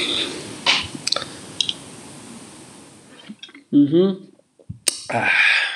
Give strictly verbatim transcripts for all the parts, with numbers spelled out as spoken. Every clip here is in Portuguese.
Uhum. Ah.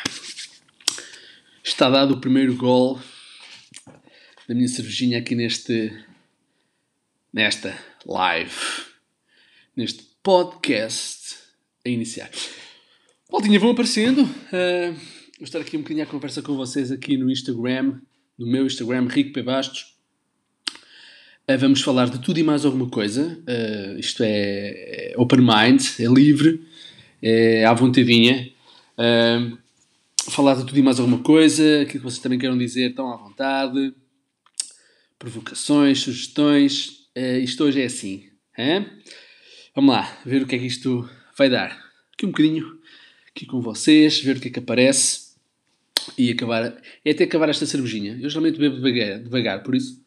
Está dado o primeiro gol da minha cervejinha aqui neste, nesta live, neste podcast a iniciar. Voltinha, vão aparecendo. Uh, vou estar aqui um bocadinho à conversa com vocês aqui no Instagram, no meu Instagram, Rico P. Bastos. Uh, vamos falar de tudo e mais alguma coisa. Uh, isto é, é open mind, é livre, é à vontadinha. Uh, falar de tudo e mais alguma coisa, aquilo que vocês também queiram dizer, estão à vontade. Provocações, sugestões. Uh, isto hoje é assim. Hein? Vamos lá, ver o que é que isto vai dar. Aqui um bocadinho, aqui com vocês, ver o que é que aparece e acabar. É até acabar esta cervejinha. Eu geralmente bebo devagar, devagar, por isso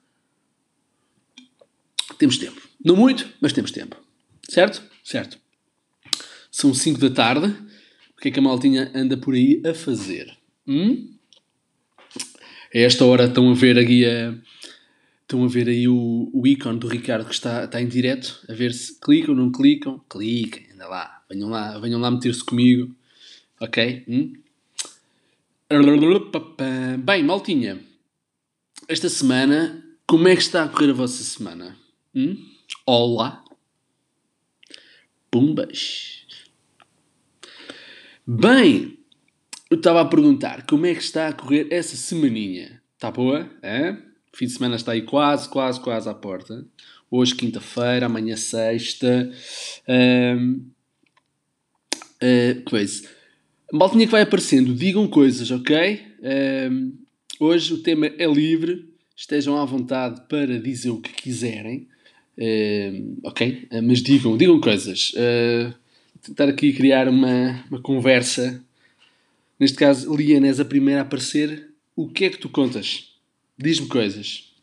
temos tempo. Não muito, mas temos tempo. Certo? Certo. São cinco da tarde. O que é que a maltinha anda por aí a fazer? Hum? A esta hora estão a ver a guia... Estão a ver aí o, o ícone do Ricardo que está, está em direto, a ver se clicam ou não clicam. Cliquem, anda lá. Venham lá, venham lá meter-se comigo. Ok? Hum? Bem, maltinha. Esta semana, como é que está a correr a vossa semana? Hum? Olá. Pumbas. Bem, eu estava a perguntar como é que está a correr essa semaninha. Está boa? É? O fim de semana está aí quase, quase, quase à porta. Hoje quinta-feira, amanhã sexta. Um, uh, coisa. Maltinha que vai aparecendo, digam coisas, ok? Um, hoje o tema é livre. Estejam à vontade para dizer o que quiserem. Um, ok? Uh, mas digam, digam coisas. Uh, tentar aqui criar uma, uma conversa. Neste caso, Liana, és a primeira a aparecer. O que é que tu contas? Diz-me coisas.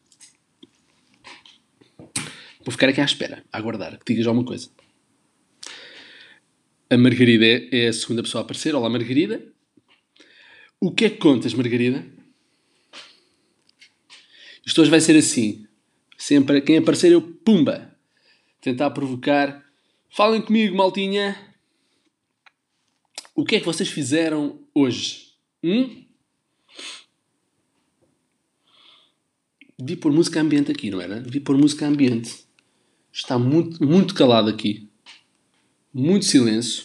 Vou ficar aqui à espera, a aguardar, que digas alguma coisa. A Margarida é a segunda pessoa a aparecer. Olá, Margarida. O que é que contas, Margarida? Isto hoje vai ser assim. Sempre quem aparecer eu, pumba. Tentar provocar. Falem comigo, maltinha. O que é que vocês fizeram hoje? Hum? Vi pôr música ambiente aqui, não era? Vi pôr música ambiente. Está muito, muito calado aqui. Muito silêncio.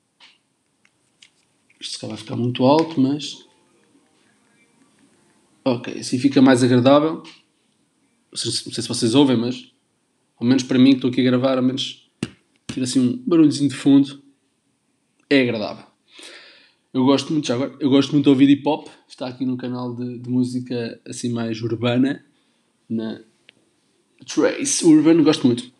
Isto vai ficar muito alto, mas... Ok, assim fica mais agradável. Não sei, não sei se vocês ouvem, mas... Ao menos para mim, que estou aqui a gravar, ao menos... Tira assim um barulhozinho de fundo. É agradável. Eu gosto muito, já agora, eu gosto muito de ouvir hip-hop. Está aqui num canal de, de música assim mais urbana. Na Trace Urban, gosto muito.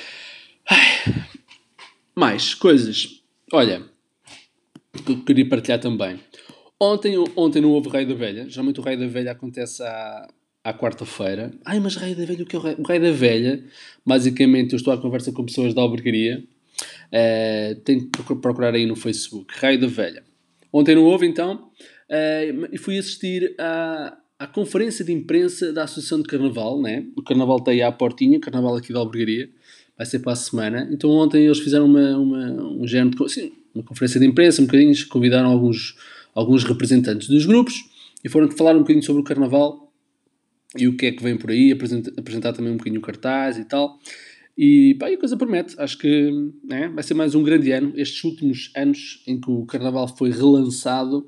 Ai. Mais coisas. Olha, que eu queria partilhar também. Ontem, ontem não houve Raio da Velha. Geralmente o Raio da Velha acontece à, à quarta-feira. Ai, mas Raio da Velha, o que é o Raio, o Raio da Velha? Basicamente, eu estou à conversa com pessoas da albergaria. Uh, tenho que procurar aí no Facebook. Raio da Velha. Ontem não houve, então. Uh, e fui assistir à, à conferência de imprensa da Associação de Carnaval, né? O Carnaval está aí à portinha. O Carnaval aqui da albergaria. Vai ser para a semana. Então ontem eles fizeram uma, uma, um género de... Assim, uma conferência de imprensa, um bocadinho. Convidaram alguns... alguns representantes dos grupos e foram falar um bocadinho sobre o Carnaval e o que é que vem por aí, apresentar, apresentar também um bocadinho o cartaz e tal. E pá, a coisa promete. Acho que né, vai ser mais um grande ano. Estes últimos anos em que o Carnaval foi relançado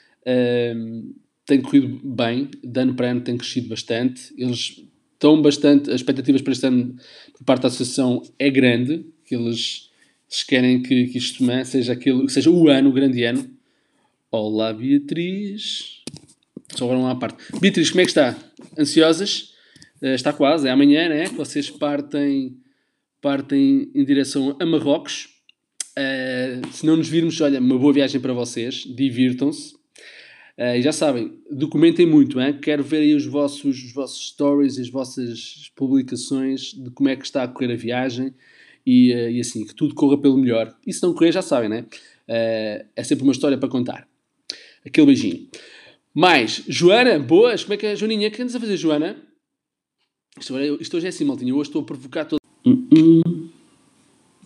um, tem corrido bem. De ano para ano tem crescido bastante. Eles estão bastante... As expectativas para este ano por parte da associação é grande. Que eles, eles querem que, que isto né, seja, aquilo, seja o ano, o grande ano. Olá, Beatriz. Só agora uma parte. Beatriz, como é que está? Ansiosas? Uh, está quase, é amanhã, né? Que vocês partem, partem em direção a Marrocos. Uh, se não nos virmos, olha, uma boa viagem para vocês. Divirtam-se. Uh, e já sabem, documentem muito, hein? Quero ver aí os vossos, os vossos stories, as vossas publicações de como é que está a correr a viagem. E, uh, e assim, que tudo corra pelo melhor. E se não correr, já sabem, né? Uh, é sempre uma história para contar. Aquele beijinho. Mais, Joana, boas, como é que é, Joaninha? O que andas a fazer, Joana? Isto, isto hoje é assim, maltinho. Hoje estou a provocar todo... Uh-uh.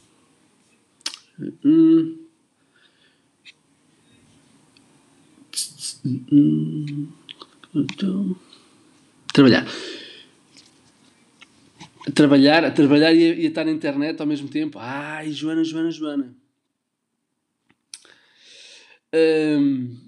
Hum. Hum. Trabalhar. Trabalhar, a trabalhar e a, e a estar na internet ao mesmo tempo. Ai, Joana, Joana, Joana. Hum.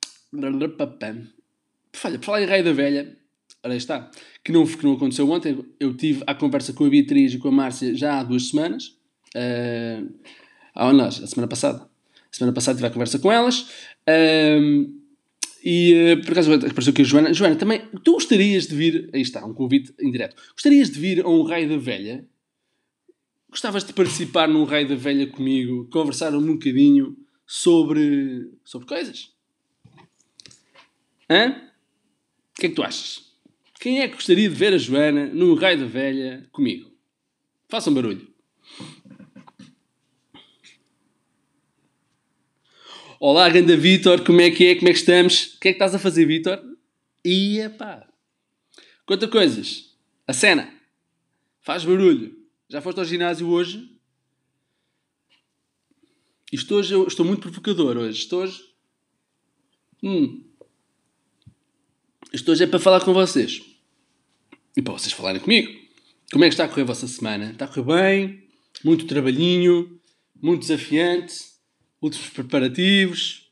Olha, por falar em Raio da Velha, ora aí está, que não, que não aconteceu ontem, eu tive a conversa com a Beatriz e com a Márcia já há duas semanas, uh, ah, não, a semana passada, a semana passada tive a conversa com elas, uh, e uh, por acaso apareceu aqui a Joana. Joana, também, tu gostarias de vir, aí está, um convite indireto, gostarias de vir a um Raio da Velha? Gostavas de participar num Raio da Velha comigo, conversar um bocadinho sobre, sobre coisas? Hã? O que é que tu achas? Quem é que gostaria de ver a Joana no Raio da Velha comigo? Façam um barulho. Olá, ganda Vítor, como é que é? Como é que estamos? O que é que estás a fazer, Vítor? Ia pá. Conta coisas. A cena. Faz barulho. Já foste ao ginásio hoje? Isto hoje, eu estou muito provocador hoje. Isto hoje... Hum. Isto hoje é para falar com vocês. E para vocês falarem comigo. Como é que está a correr a vossa semana? Está a correr bem? Muito trabalhinho? Muito desafiante? Últimos preparativos?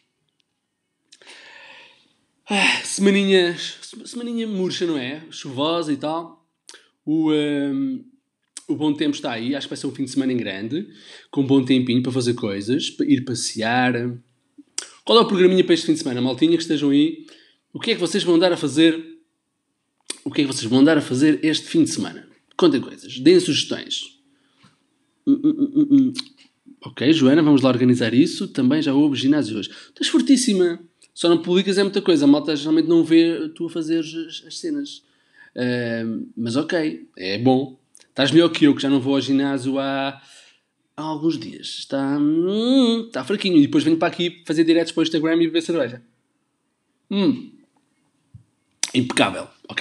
Ah, semaninha, semaninha murcha, não é? Chuvosa e tal. O, um, o bom tempo está aí. Acho que vai ser um fim de semana em grande. Com um bom tempinho para fazer coisas. Para ir passear. Qual é o programinha para este fim de semana? Maltinha que estejam aí. O que é que vocês vão andar a fazer? O que é que vocês vão andar a fazer este fim de semana? Contem coisas. Deem sugestões. Hum, hum, hum, hum. Ok, Joana, vamos lá organizar isso. Também já houve ginásio hoje. Estás fortíssima. Só não publicas é muita coisa. A malta geralmente não vê tu a fazer as, as cenas. Uh, mas ok, é bom. Estás melhor que eu, que já não vou ao ginásio há, há alguns dias. Está, hum, está fraquinho. E depois venho para aqui fazer diretos para o Instagram e beber cerveja. Hum. Impecável. Ok.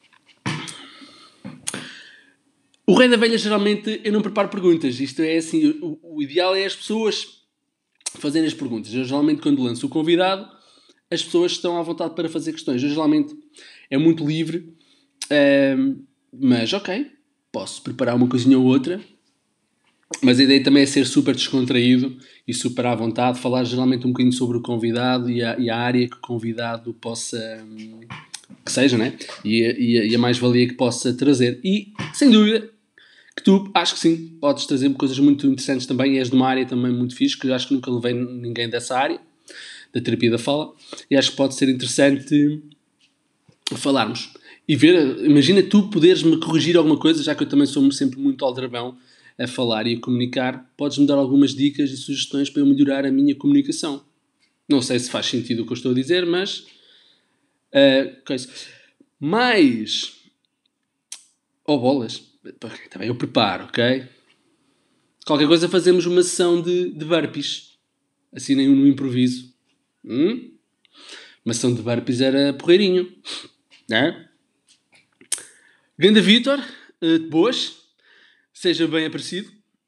O Rei da Velha, geralmente, eu não preparo perguntas. Isto é assim, o, o ideal é as pessoas fazerem as perguntas. Eu, geralmente, quando lanço o convidado, as pessoas estão à vontade para fazer questões. Eu, geralmente, é muito livre. Um, mas, ok, posso preparar uma coisinha ou outra. Mas a ideia também é ser super descontraído e super à vontade. Falar, geralmente, um bocadinho sobre o convidado e a, e a área que o convidado possa... Um, que seja, né? E, e, e a mais-valia que possa trazer. E, sem dúvida, que tu, acho que sim, podes trazer coisas muito interessantes também. E és de uma área também muito fixe, que eu acho que nunca levei ninguém dessa área, da terapia da fala. E acho que pode ser interessante falarmos. E ver, imagina tu poderes-me corrigir alguma coisa, já que eu também sou sempre muito aldrabão a falar e a comunicar. Podes-me dar algumas dicas e sugestões para eu melhorar a minha comunicação. Não sei se faz sentido o que eu estou a dizer, mas... Uh, coisa. Mais ou oh, bolas também eu preparo, ok? Qualquer coisa fazemos uma sessão de, de burpees assim nem um no improviso. Hum? Uma sessão de burpees era porreirinho, né? Ganda Vítor, uh, de boas, seja bem aparecido.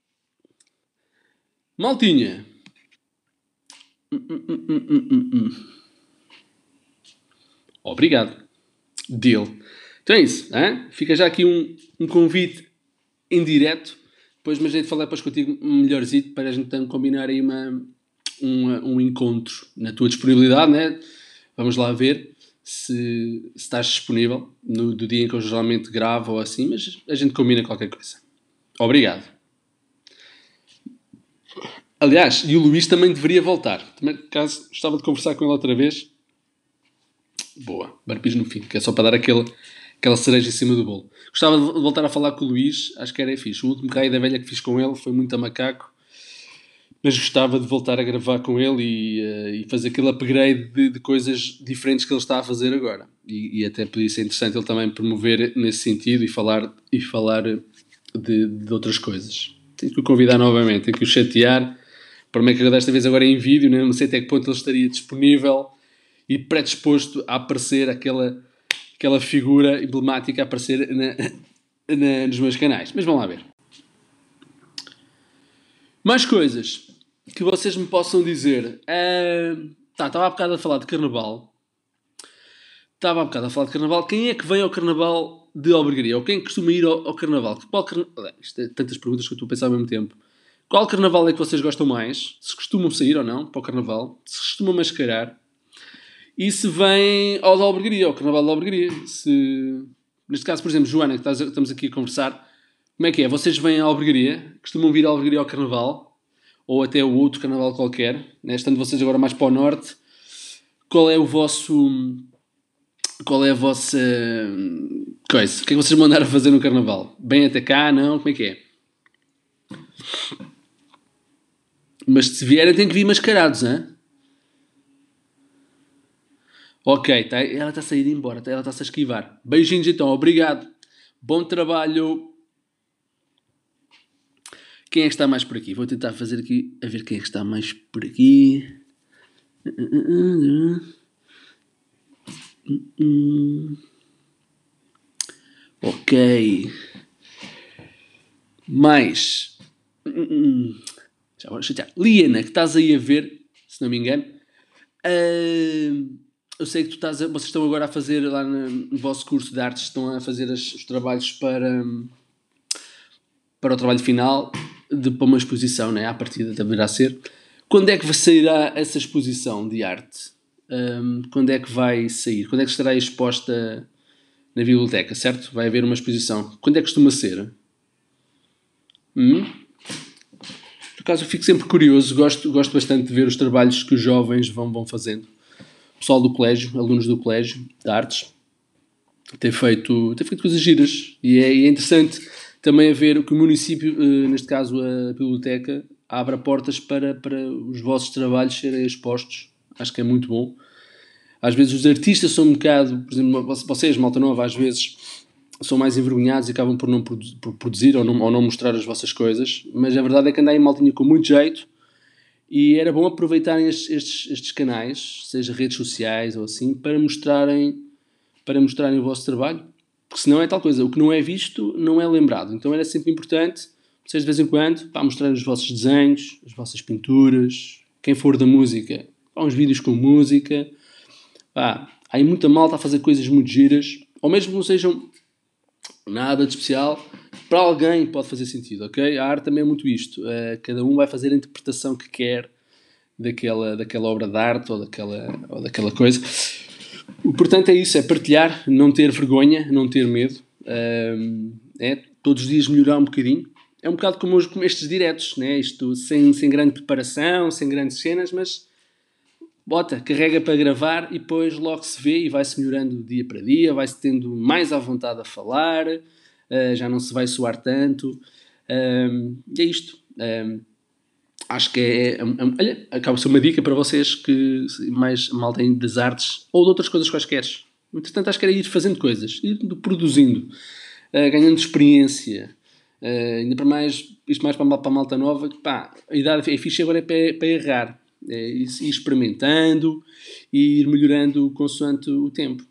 Maltinha. Hum, hum, hum, hum, hum, hum. Obrigado. Deal. Então é isso. Hein? Fica já aqui um, um convite indireto. Depois mas hei de falar depois contigo melhorzito para a gente então combinar aí uma, uma, um encontro na tua disponibilidade, né? Vamos lá ver se, se estás disponível no, do dia em que eu geralmente gravo ou assim, mas a gente combina qualquer coisa. Obrigado. Aliás, e o Luís também deveria voltar. Também, caso gostava de conversar com ele outra vez. Boa, burpees no fim, que é só para dar aquele, aquela cereja em cima do bolo. Gostava de voltar a falar com o Luís, acho que era fixe. O último Raio da Velha que fiz com ele foi muito a macaco, mas gostava de voltar a gravar com ele e, uh, e fazer aquele upgrade de, de coisas diferentes que ele está a fazer agora. E, e até podia ser interessante ele também promover nesse sentido e falar, e falar de, de outras coisas. Tenho que o convidar novamente, tenho que o chatear. Para mim que desta vez agora é em vídeo, né? Não sei até que ponto ele estaria disponível e predisposto a aparecer aquela, aquela figura emblemática a aparecer na, na, nos meus canais. Mas vamos lá ver. Mais coisas. que vocês me possam dizer. Uh, tá, estava há bocado a falar de carnaval. Estava há bocado a falar de carnaval. Quem é que vem ao carnaval de Albergaria? Ou quem costuma ir ao, ao carnaval? Qual carna... Isto é tantas perguntas que eu estou a pensar ao mesmo tempo. Qual carnaval é que vocês gostam mais? Se costumam sair ou não para o carnaval? Se costumam mascarar? E se vem ao da Albergaria, ao carnaval da Albergaria? Se... Neste caso, por exemplo, Joana, que estamos aqui a conversar, como é que é? Vocês vêm à Albergaria? Costumam vir à Albergaria ao carnaval? Ou até o outro carnaval qualquer? Né? Estando vocês agora mais para o norte, qual é o vosso... Qual é a vossa coisa? O que é que vocês mandaram a fazer no carnaval? Bem até cá? Não? Como é que é? Mas se vierem tem que vir mascarados, hein? Ok, tá, ela está a sair embora, ela está-se a esquivar. Beijinhos então, obrigado. Bom trabalho. Quem é que está mais por aqui? Vou tentar fazer aqui, a ver quem é que está mais por aqui. Ok. Mais. Já vou chatear. Liana, que estás aí a ver, se não me engano. Uh, eu sei que tu estás a, vocês estão agora a fazer lá no, no vosso curso de artes, estão a fazer as, os trabalhos para, para o trabalho final de, para uma exposição, né? À partida deverá ser. Quando é que sairá essa exposição de arte? Um, quando é que vai sair? Quando é que estará exposta na biblioteca, certo? Vai haver uma exposição. Quando é que costuma ser? Hum? Por acaso eu fico sempre curioso, gosto, gosto bastante de ver os trabalhos que os jovens vão, vão fazendo. O pessoal do colégio, alunos do colégio de artes, tem feito, tem feito coisas giras. E é, é interessante também a ver que o município, neste caso a biblioteca, abra portas para, para os vossos trabalhos serem expostos. Acho que é muito bom. Às vezes os artistas são um bocado, por exemplo, vocês, malta nova, às vezes são mais envergonhados e acabam por não por produzir ou não, ou não mostrar as vossas coisas, mas a verdade é que andai em maltinha com muito jeito e era bom aproveitarem estes, estes, estes canais, seja redes sociais ou assim, para mostrarem, para mostrarem o vosso trabalho, porque senão é tal coisa, o que não é visto não é lembrado. Então era sempre importante, vocês de vez em quando, para mostrar os vossos desenhos, as vossas pinturas, quem for da música, há uns vídeos com música. Pá, há aí muita malta a fazer coisas muito giras, ou mesmo que não sejam nada de especial, para alguém pode fazer sentido, ok? A arte também é muito isto. Uh, cada um vai fazer a interpretação que quer daquela, daquela obra de arte ou daquela, ou daquela coisa. O importante é isso, é partilhar, não ter vergonha, não ter medo. Uh, é todos os dias melhorar um bocadinho. É um bocado como, os, como estes diretos, né? Isto sem, sem grande preparação, sem grandes cenas, mas bota, carrega para gravar e depois logo se vê e vai-se melhorando dia para dia, vai-se tendo mais à vontade a falar, uh, já não se vai suar tanto. Um, e é isto. Um, acho que é, é, é, olha, acaba de ser uma dica para vocês que mais mal têm das artes ou de outras coisas quaisquer. Entretanto, acho que era ir fazendo coisas, ir produzindo, uh, ganhando experiência. Uh, ainda para mais, isto mais para a, para a malta nova, que pá, a idade é fixe agora é para, para errar. É, ir experimentando e ir melhorando consoante o tempo.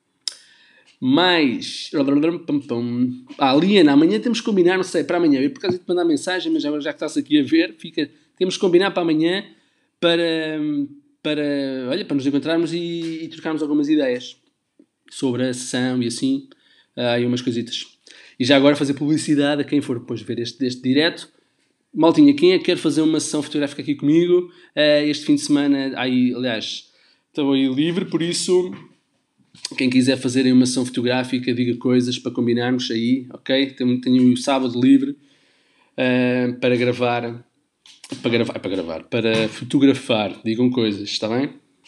Mas ah, Liana, amanhã temos que combinar, não sei, para amanhã, eu por acaso ia te mandar mensagem, mas já, já que estás aqui a ver, fica, temos que combinar para amanhã para, para, olha, para nos encontrarmos e, e trocarmos algumas ideias sobre a sessão e assim, ah, e umas coisitas. E já agora fazer publicidade a quem for depois ver este, este direto. Maltinha, quem é que quer fazer uma sessão fotográfica aqui comigo? Uh, este fim de semana, aí, aliás, estou aí livre, por isso, quem quiser fazer uma sessão fotográfica, diga coisas para combinarmos aí, ok? Tenho, tenho o sábado livre uh, para gravar, para gravar, para gravar, para fotografar, digam coisas, está bem?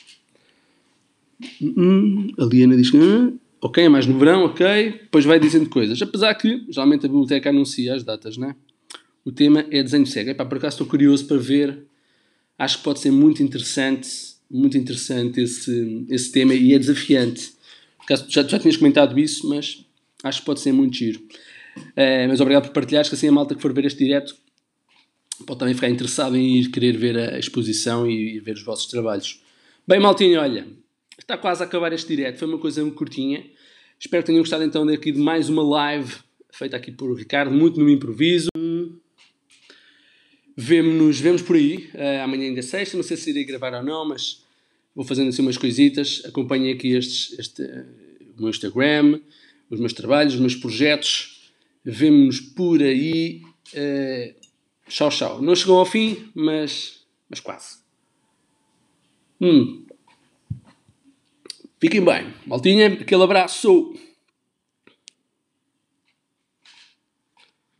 Hum, a Liana diz que, hum, ok, é mais no verão, ok, depois vai dizendo coisas, apesar que, geralmente a biblioteca anuncia as datas, não é? O tema é desenho cego. Epá, por acaso estou curioso para ver. Acho que pode ser muito interessante, muito interessante esse, esse tema e é desafiante. Por acaso, já, já tinhas comentado isso, mas acho que pode ser muito giro. Uh, mas obrigado por partilhares, que assim a malta que for ver este direto pode também ficar interessado em ir querer ver a exposição e, e ver os vossos trabalhos. Bem, maltinho, olha, está quase a acabar este direto. Foi uma coisa muito curtinha. Espero que tenham gostado então daqui de mais uma live feita aqui por Ricardo, muito no improviso. Vemo-nos, vemos por aí. Uh, amanhã ainda é sexta, não sei se irei gravar ou não, mas vou fazendo assim umas coisitas. Acompanhem aqui estes, este, uh, o meu Instagram, os meus trabalhos, os meus projetos. Vemo-nos por aí. Uh, tchau, tchau. Não chegou ao fim, mas, mas quase. Hum. Fiquem bem. Maltinha, aquele abraço.